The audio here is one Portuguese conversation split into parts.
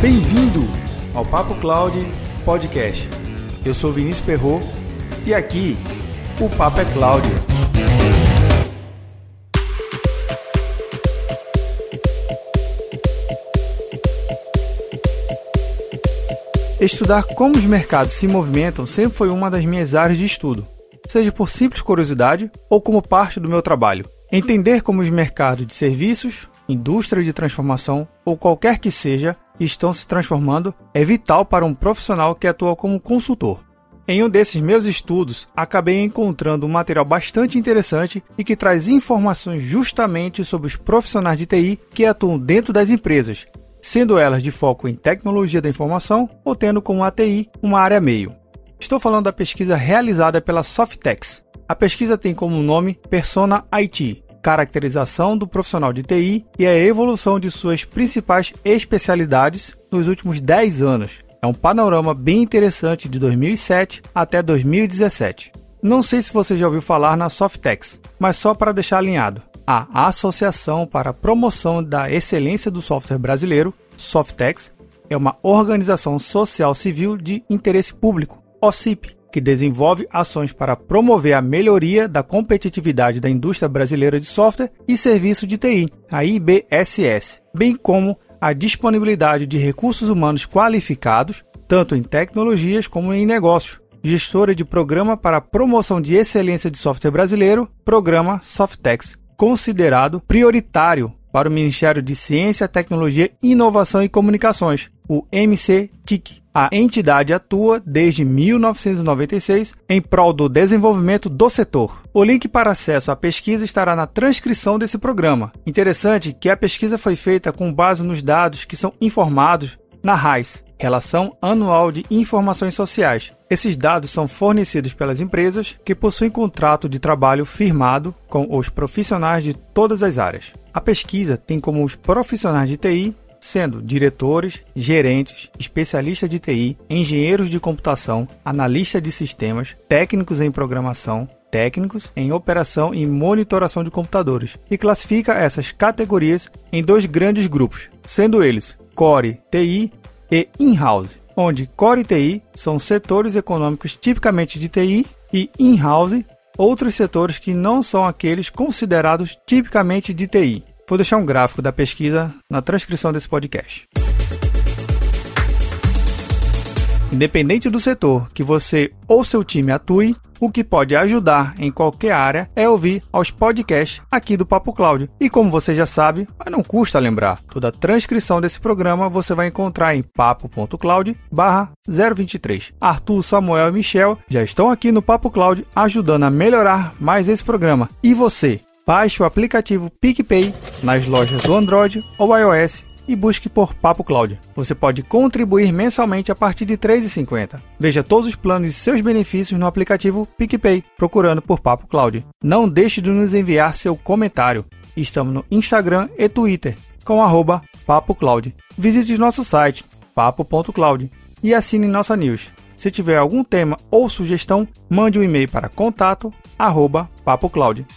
Bem-vindo ao Papo Cloud Podcast. Eu sou Vinícius Perrot e aqui o Papo é Cloud. Estudar como os mercados se movimentam sempre foi uma das minhas áreas de estudo, seja por simples curiosidade ou como parte do meu trabalho. Entender como os mercados de serviços, indústria de transformação ou qualquer que seja estão se transformando é vital para um profissional que atua como consultor. Em um desses meus estudos, acabei encontrando um material bastante interessante e que traz informações justamente sobre os profissionais de TI que atuam dentro das empresas, sendo elas de foco em tecnologia da informação ou tendo como a TI uma área meio. Estou falando da pesquisa realizada pela Softex. A pesquisa tem como nome Persona IT, caracterização do profissional de TI e a evolução de suas principais especialidades nos últimos 10 anos. É um panorama bem interessante de 2007 até 2017. Não sei se você já ouviu falar na Softex, mas só para deixar alinhado. A Associação para a Promoção da Excelência do Software Brasileiro, Softex, é uma organização social civil de interesse público, OCIP, que desenvolve ações para promover a melhoria da competitividade da indústria brasileira de software e serviço de TI, a IBSS, bem como a disponibilidade de recursos humanos qualificados, tanto em tecnologias como em negócios. Gestora de Programa para a Promoção de Excelência de Software Brasileiro, Programa Softex, considerado prioritário para o Ministério de Ciência, Tecnologia, Inovação e Comunicações, o MCTIC. A entidade atua desde 1996 em prol do desenvolvimento do setor. O link para acesso à pesquisa estará na transcrição desse programa. Interessante que a pesquisa foi feita com base nos dados que são informados na RAIS, Relação Anual de Informações Sociais. Esses dados são fornecidos pelas empresas que possuem contrato de trabalho firmado com os profissionais de todas as áreas. A pesquisa tem como os profissionais de TI sendo diretores, gerentes, especialistas de TI, engenheiros de computação, analistas de sistemas, técnicos em programação, técnicos em operação e monitoração de computadores, e classifica essas categorias em dois grandes grupos, sendo eles Core TI e In-House, onde Core TI são setores econômicos tipicamente de TI e In-House, outros setores que não são aqueles considerados tipicamente de TI. Vou deixar um gráfico da pesquisa na transcrição desse podcast. Independente do setor que você ou seu time atue, o que pode ajudar em qualquer área é ouvir aos podcasts aqui do Papo Cloud. E como você já sabe, mas não custa lembrar, toda a transcrição desse programa você vai encontrar em papo.cloud/023. Arthur, Samuel e Michel já estão aqui no Papo Cloud ajudando a melhorar mais esse programa. E você? Baixe o aplicativo PicPay nas lojas do Android ou iOS e busque por Papo Cloud. Você pode contribuir mensalmente a partir de R$ 3,50. Veja todos os planos e seus benefícios no aplicativo PicPay, procurando por Papo Cloud. Não deixe de nos enviar seu comentário. Estamos no Instagram e Twitter com @PapoCloud. Visite nosso site papo.cloud e assine nossa news. Se tiver algum tema ou sugestão, mande um e-mail para contato@papocloud.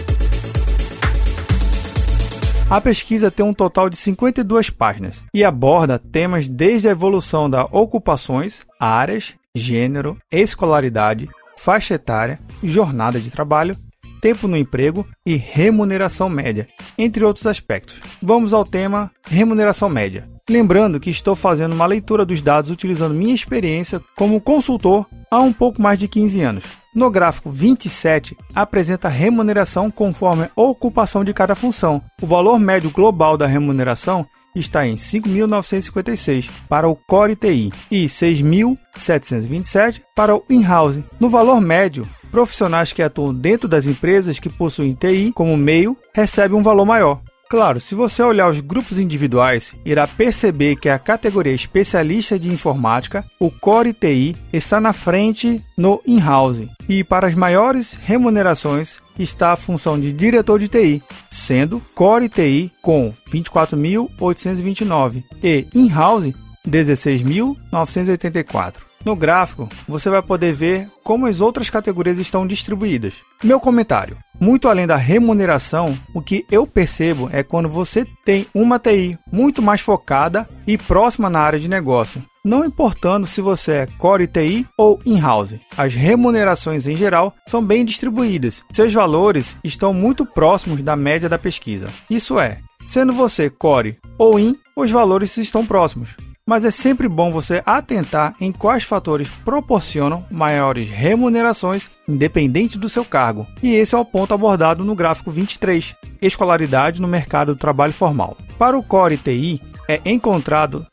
A pesquisa tem um total de 52 páginas e aborda temas desde a evolução das ocupações, áreas, gênero, escolaridade, faixa etária, jornada de trabalho, tempo no emprego e remuneração média, entre outros aspectos. Vamos ao tema remuneração média. Lembrando que estou fazendo uma leitura dos dados utilizando minha experiência como consultor há um pouco mais de 15 anos. No gráfico 27, apresenta a remuneração conforme a ocupação de cada função. O valor médio global da remuneração está em 5.956 para o Core TI e 6.727 para o In-House. No valor médio, profissionais que atuam dentro das empresas que possuem TI como meio recebem um valor maior. Claro, se você olhar os grupos individuais, irá perceber que a categoria especialista de informática, o Core TI, está na frente no In-House. E para as maiores remunerações está a função de diretor de TI, sendo Core TI com 24.829 e In-House 16.984. No gráfico, você vai poder ver como as outras categorias estão distribuídas. Meu comentário: muito além da remuneração, o que eu percebo é quando você tem uma TI muito mais focada e próxima na área de negócio. Não importando se você é Core TI ou in-house, as remunerações em geral são bem distribuídas. Seus valores estão muito próximos da média da pesquisa. Isso é, sendo você Core ou in, os valores estão próximos. Mas é sempre bom você atentar em quais fatores proporcionam maiores remunerações independente do seu cargo. E esse é o ponto abordado no gráfico 23, escolaridade no mercado do trabalho formal. Para o Core TI, é encontrado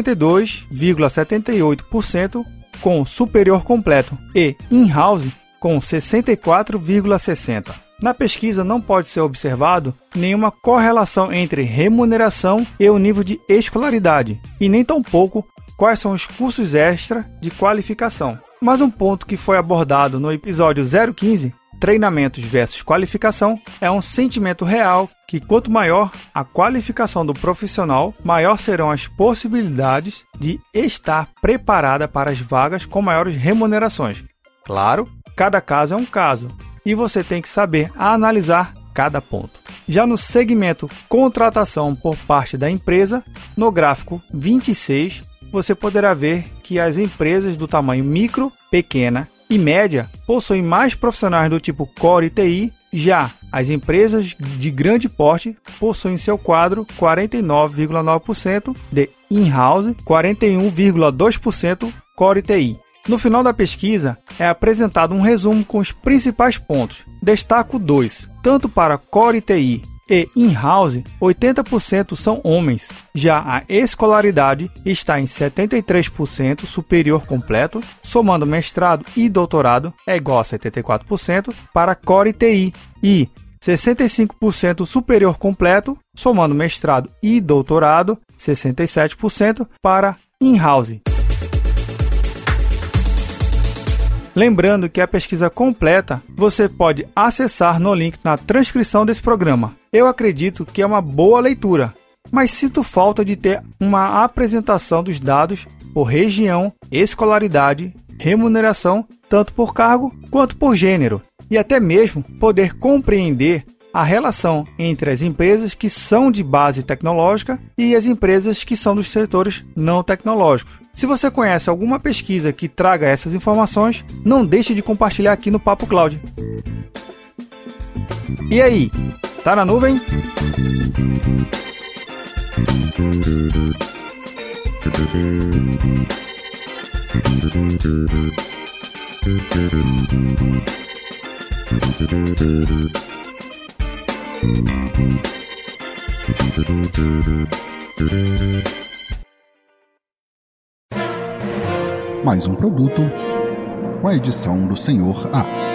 72,78% com superior completo e in-house com 64,60%. Na pesquisa não pode ser observado nenhuma correlação entre remuneração e o nível de escolaridade, e nem tampouco quais são os cursos extra de qualificação. Mas um ponto que foi abordado no episódio 015, treinamentos versus qualificação, é um sentimento real que quanto maior a qualificação do profissional, maior serão as possibilidades de estar preparada para as vagas com maiores remunerações. Claro, cada caso é um caso, e você tem que saber analisar cada ponto. Já no segmento contratação por parte da empresa, no gráfico 26, você poderá ver que as empresas do tamanho micro, pequena e média possuem mais profissionais do tipo Core TI, já as empresas de grande porte possuem seu quadro 49,9% de in-house, 41,2% Core TI. No final da pesquisa, é apresentado um resumo com os principais pontos. Destaco 2. Tanto para Core TI e in-house, 80% são homens. Já a escolaridade está em 73% superior completo, somando mestrado e doutorado é igual a 74% para Core TI e 65% superior completo, somando mestrado e doutorado, 67% para in-house. Lembrando que a pesquisa completa você pode acessar no link na transcrição desse programa. Eu acredito que é uma boa leitura, mas sinto falta de ter uma apresentação dos dados por região, escolaridade, remuneração, tanto por cargo quanto por gênero, e até mesmo poder compreender a relação entre as empresas que são de base tecnológica e as empresas que são dos setores não tecnológicos. Se você conhece alguma pesquisa que traga essas informações, não deixe de compartilhar aqui no Papo Cloud. E aí, tá na nuvem? Mais um produto com a edição do Senhor A.